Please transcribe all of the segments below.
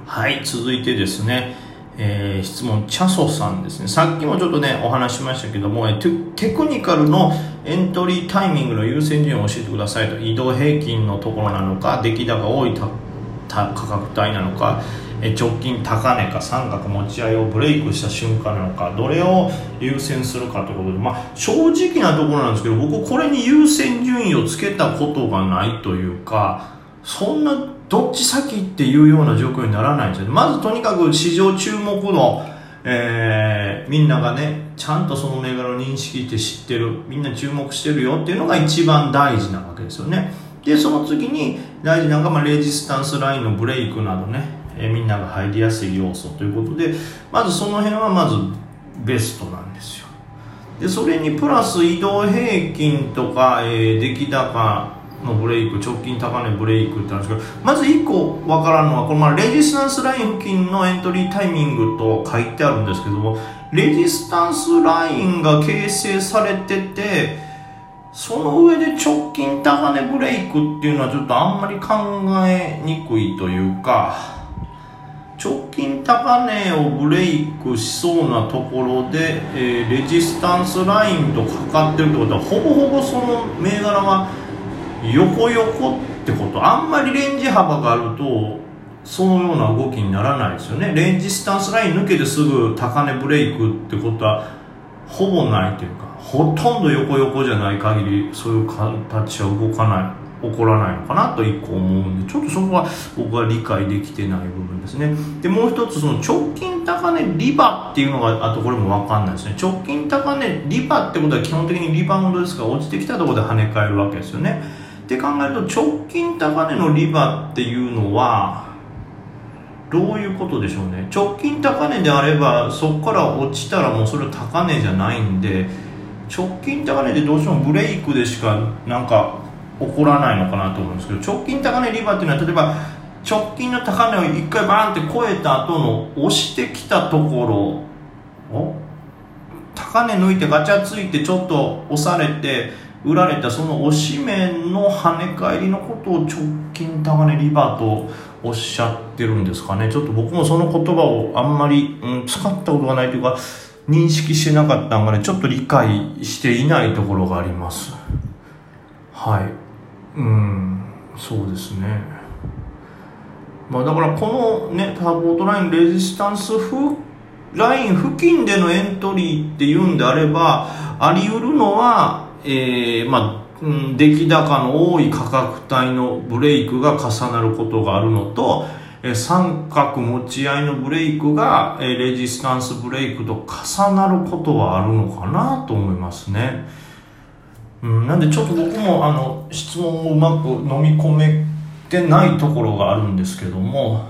はい、続いてですね、質問、チャソさんですね。さっきもちょっとね、お話しましたけども、テクニカルのエントリータイミングの優先順位を教えてくださいと。移動平均のところなのか、出来高が多い価格帯なのか、直近高値か、三角持ち合いをブレイクした瞬間なのか、どれを優先するかということで、正直なところなんですけど、僕これに優先順位をつけたことがないというか、そんなどっち先っていうような状況にならないんですよね。まずとにかく市場注目の、みんながねちゃんとその銘柄を認識して知ってる、みんな注目してるよっていうのが一番大事なわけですよね。でその次に大事なのが、レジスタンスラインのブレイクなどね、みんなが入りやすい要素ということで、まずその辺はまずベストなんですよ。でそれにプラス移動平均とか、出来高のブレイク、直近高値ブレイクってあるんですけど、まず1個わからんのは、このレジスタンスライン付近のエントリータイミングと書いてあるんですけども、レジスタンスラインが形成されてて、その上で直近高値ブレイクっていうのはちょっとあんまり考えにくいというか、直近高値をブレイクしそうなところで、レジスタンスラインとかかってるってことは、ほぼほぼその銘柄は横ってこと、あんまりレンジ幅があるとそのような動きにならないですよね。レンジスタンスライン抜けてすぐ高値ブレイクってことはほぼないというか、ほとんど横じゃない限りそういう形は起こらないのかなと一個思うんで、ちょっとそこは僕は理解できてない部分ですね。でもう一つ、その直近高値リバっていうのが、あとこれも分かんないですね。直近高値リバってことは基本的にリバウンドですから、落ちてきたところで跳ね返るわけですよね。って考えると、直近高値のリバっていうのはどういうことでしょうね。直近高値であればそこから落ちたらもうそれは高値じゃないんで、直近高値でどうしてもブレイクでしかなんか起こらないのかなと思うんですけど、直近高値リバっていうのは、例えば直近の高値を一回バーンって超えた後の押してきたところを高値抜いてガチャついてちょっと押されて売られた、その押し面の跳ね返りのことを直近高値リバとおっしゃってるんですかね。ちょっと僕もその言葉をあんまり、使ったことがないというか、認識してなかったのがね、ちょっと理解していないところがあります。はい、そうですね。だからこのね、サポートラインレジスタンスライン付近でのエントリーっていうんであれば、あり得るのは出来高の多い価格帯のブレイクが重なることがあるのと、三角持ち合いのブレイクがレジスタンスブレイクと重なることはあるのかなと思いますね。なんでちょっと僕も質問をうまく飲み込めてないところがあるんですけども、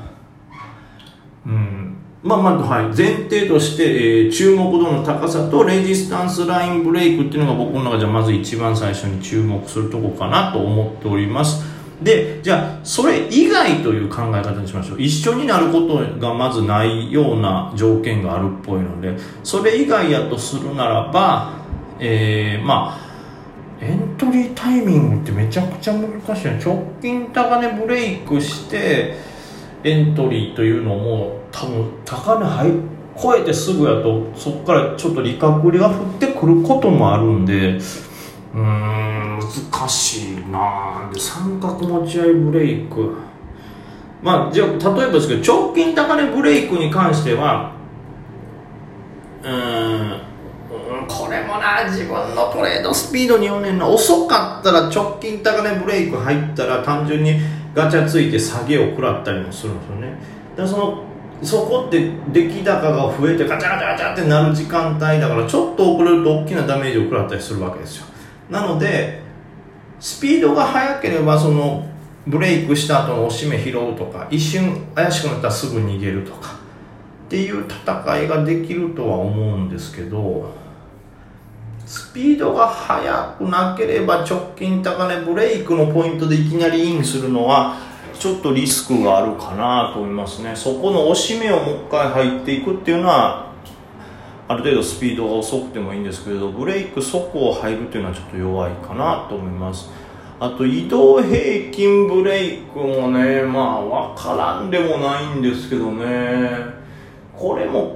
はい、前提として、注目度の高さとレジスタンスラインブレイクっていうのが僕の中ではまず一番最初に注目するところかなと思っております。で、じゃあそれ以外という考え方にしましょう。一緒になることがまずないような条件があるっぽいので、それ以外やとするならば、エントリータイミングってめちゃくちゃ難しいな。直近高値ブレイクしてエントリーというのも多分高値超えてすぐやと、そこからちょっと利確率が降ってくることもあるんで、難しいな。で、三角持ち合いブレイク、じゃあ例えばですけど、直近高値ブレイクに関してはこれもな、自分のトレードスピードによんねんな。遅かったら直近高値ブレイク入ったら単純にガチャついて下げを食らったりもするんですよね。だからそこって出来高が増えてガチャガチャガチャってなる時間帯だから、ちょっと遅れると大きなダメージを食らったりするわけですよ。なのでスピードが速ければ、そのブレイクした後の押し目拾うとか、一瞬怪しくなったらすぐ逃げるとかっていう戦いができるとは思うんですけど、スピードが速くなければ直近高値ブレイクのポイントでいきなりインするのはちょっとリスクがあるかなと思いますね。そこの押し目をもう一回入っていくっていうのは、ある程度スピードが遅くてもいいんですけれど、ブレイク速攻入るっていうのはちょっと弱いかなと思います。 あと移動平均ブレイクもね、まあ分からんでもないんですけどね、これも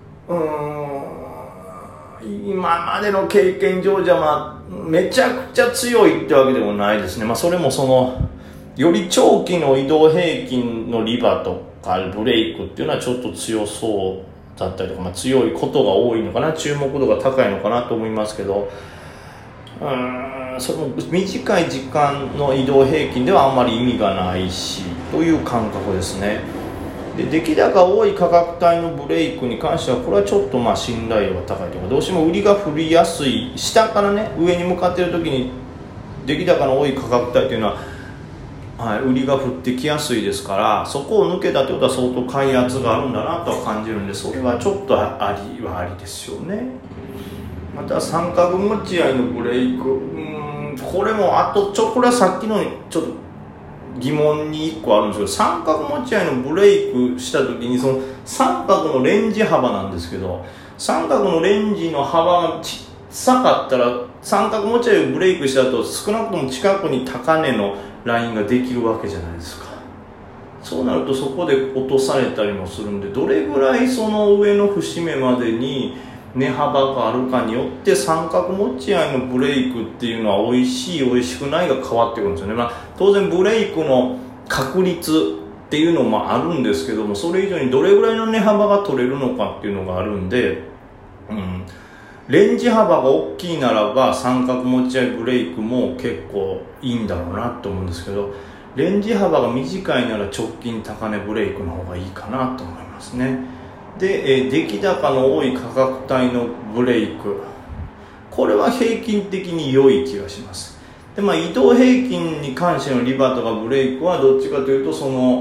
今までの経験上じゃめちゃくちゃ強いってわけでもないですね。それもより長期の移動平均のリバとかブレイクっていうのはちょっと強そうだったりとか、強いことが多いのかな、注目度が高いのかなと思いますけど、その短い時間の移動平均ではあんまり意味がないしという感覚ですね。で、出来高多い価格帯のブレイクに関してはこれはちょっと信頼度が高いというか、どうしても売りが振りやすい、下からね上に向かっている時に出来高の多い価格帯というのは、売りが降ってきやすいですから、そこを抜けたということは相当買い圧があるんだなとは感じるんで、それはちょっとありはありですよね。また三角持ち合いのブレイク、これもこれはさっきのちょっと疑問に1個あるんですけど、三角持ち合いのブレイクした時にその三角のレンジ幅なんですけど、三角のレンジの幅が小さかったら三角持ち合いをブレイクした後少なくとも近くに高値のラインができるわけじゃないですか。そうなるとそこで落とされたりもするんで、どれぐらいその上の節目までに値幅があるかによって三角持ち合いのブレイクっていうのは美味しい美味しくないが変わってくるんですよね。当然ブレイクの確率っていうのもあるんですけども、それ以上にどれぐらいの値幅が取れるのかっていうのがあるんで、レンジ幅が大きいならば三角持ち合いブレイクも結構いいんだろうなと思うんですけど、レンジ幅が短いなら直近高値ブレイクの方がいいかなと思いますね。で、出来高の多い価格帯のブレイク、これは平均的に良い気がします。で、移動平均に関してのリバとかブレイクはどっちかというと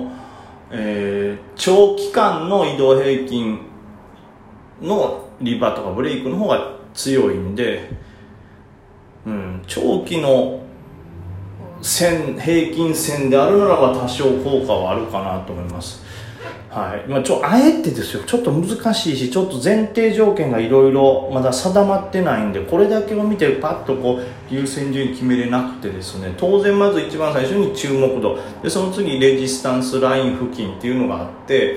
長期間の移動平均のリバとかブレイクの方が強いんで、長期の平均線であるならば多少効果はあるかなと思います。あえてですよ、ちょっと難しいし、ちょっと前提条件がいろいろまだ定まってないんで、これだけを見てパッと優先順位決めれなくてですね、当然まず一番最初に注目度で、その次レジスタンスライン付近っていうのがあって、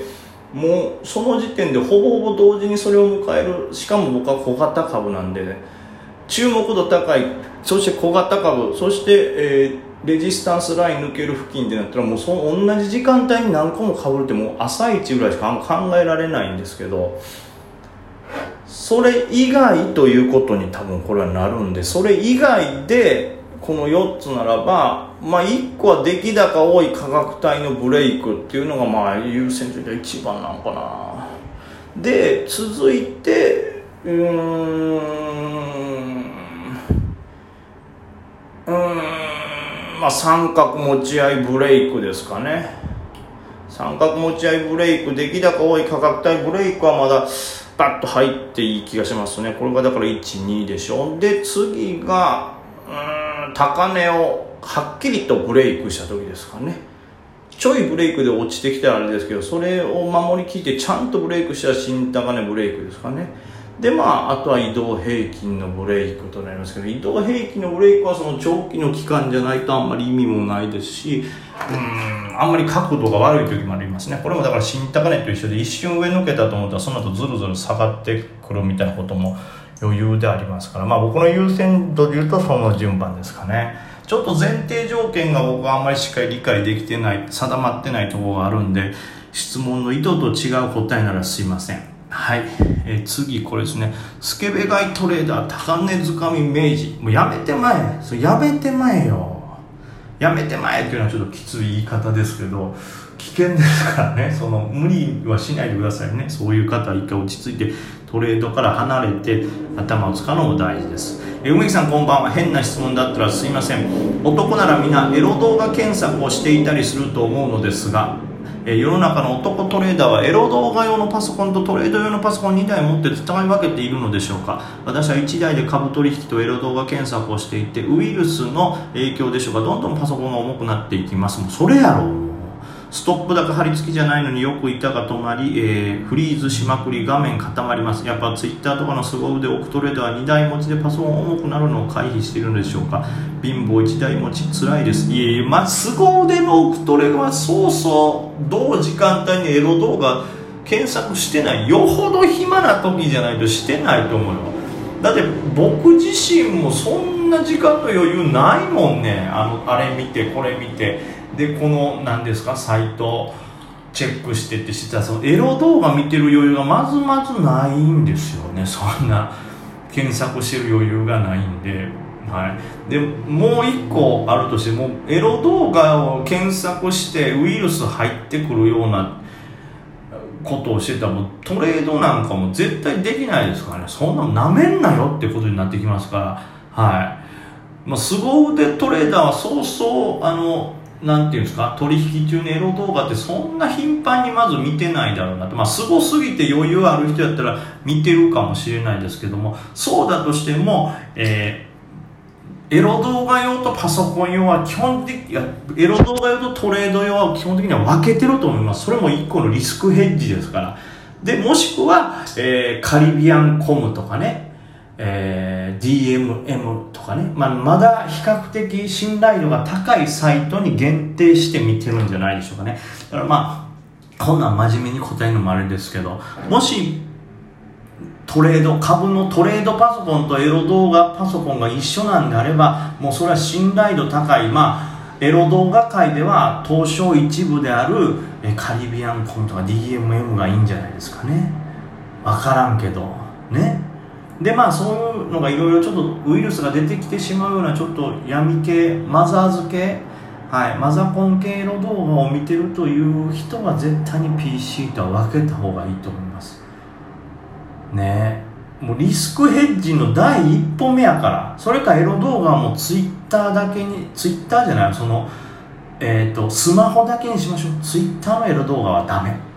もうその時点でほぼほぼ同時にそれを迎える。しかも僕は小型株なんで、注目度高い、そして小型株、そして、レジスタンスライン抜ける付近ってなったら、もう同じ時間帯に何個も被るってもう朝一ぐらいしか考えられないんですけど、それ以外ということに多分これはなるんで、それ以外でこの4つならば、1個は出来高多い価格帯のブレイクっていうのが優先順位で一番なのかな。で、続いて三角持ち合いブレイクですかね。三角持ち合いブレイク、出来高多い価格帯ブレイクはまだバッと入っていい気がしますね。これがだから1、2でしょ。で、次が高値をはっきりとブレイクした時ですかね。ちょいブレイクで落ちてきたらあれですけど、それを守りきってちゃんとブレイクした新高値ブレイクですかね。で、あとは移動平均のブレイクとなりますけど、移動平均のブレイクはその長期の期間じゃないとあんまり意味もないですし、あんまり角度が悪い時もありますね。これもだから新高値と一緒で、一瞬上抜けたと思ったらその後ずるずる下がってくるみたいなことも余裕でありますから、僕の優先度で言うとその順番ですかね。ちょっと前提条件が僕はあんまりしっかり理解できてない、定まってないところがあるんで、質問の意図と違う答えならすいません。はい、次これですね。スケベ買いトレーダー高値掴み明治、もうやめてまえ、それやめてまえよ、やめてまえっていうのはちょっときつい言い方ですけど、危険ですからね。無理はしないでくださいね。そういう方は一回落ち着いてトレードから離れて頭を使うのも大事です。梅木さんこんばんは。変な質問だったらすいません。男なら皆エロ動画検索をしていたりすると思うのですが、世の中の男トレーダーはエロ動画用のパソコンとトレード用のパソコン2台持って使い分けているのでしょうか。私は1台で株取引とエロ動画検索をしていて、ウイルスの影響でしょうか、どんどんパソコンが重くなっていきます。もうそれやろ、 ストップ高貼り付きじゃないのによく板が止まり、フリーズしまくり画面固まります。やっぱツイッターとかの凄腕オクトレーダーは2台持ちでパソコン重くなるのを回避しているんでしょうか。貧乏1台持ちつらいです。いえいえ、凄腕のオクトレはそうそう同時間帯にエロ動画検索してない。よほど暇な時じゃないとしてないと思うよ。だって僕自身もそんな時間の余裕ないもんね。あれ見てこれ見てでこの何ですかサイトチェックしてってしたら、そのエロ動画見てる余裕がまずないんですよね。そんな検索してる余裕がないんで、はい、でもう一個あるとしても、エロ動画を検索してウイルス入ってくるようなことをしてたら、もうトレードなんかも絶対できないですからね。そんなのなめんなよってことになってきますから、はい。凄腕トレーダーはそうそうなんていうんですか、取引中にエロ動画ってそんな頻繁にまず見てないだろうなと。すごすぎて余裕ある人やったら見てるかもしれないですけども、そうだとしても、エロ動画用とパソコン用は基本的に、エロ動画用とトレード用は基本的には分けてると思います。それも一個のリスクヘッジですから。で、もしくは、カリビアンコムとかね、DMM とかね、まだ比較的信頼度が高いサイトに限定して見てるんじゃないでしょうかね。だからこんなん真面目に答えるのもあれですけど、もし株のトレードパソコンとエロ動画パソコンが一緒なんであれば、もうそれは信頼度高い、エロ動画界では東証一部であるカリビアンコムとか DMM がいいんじゃないですかね。わからんけどね。でそういうのがいろいろちょっとウイルスが出てきてしまうようなちょっと闇系、マザーズ系、マザコン系の動画を見てるという人は絶対に PC とは分けた方がいいと思いますね。もうリスクヘッジの第一歩目やから。それかエロ動画はもうツイッターだけに、ツイッターじゃない、スマホだけにしましょう。ツイッターのエロ動画はダメ。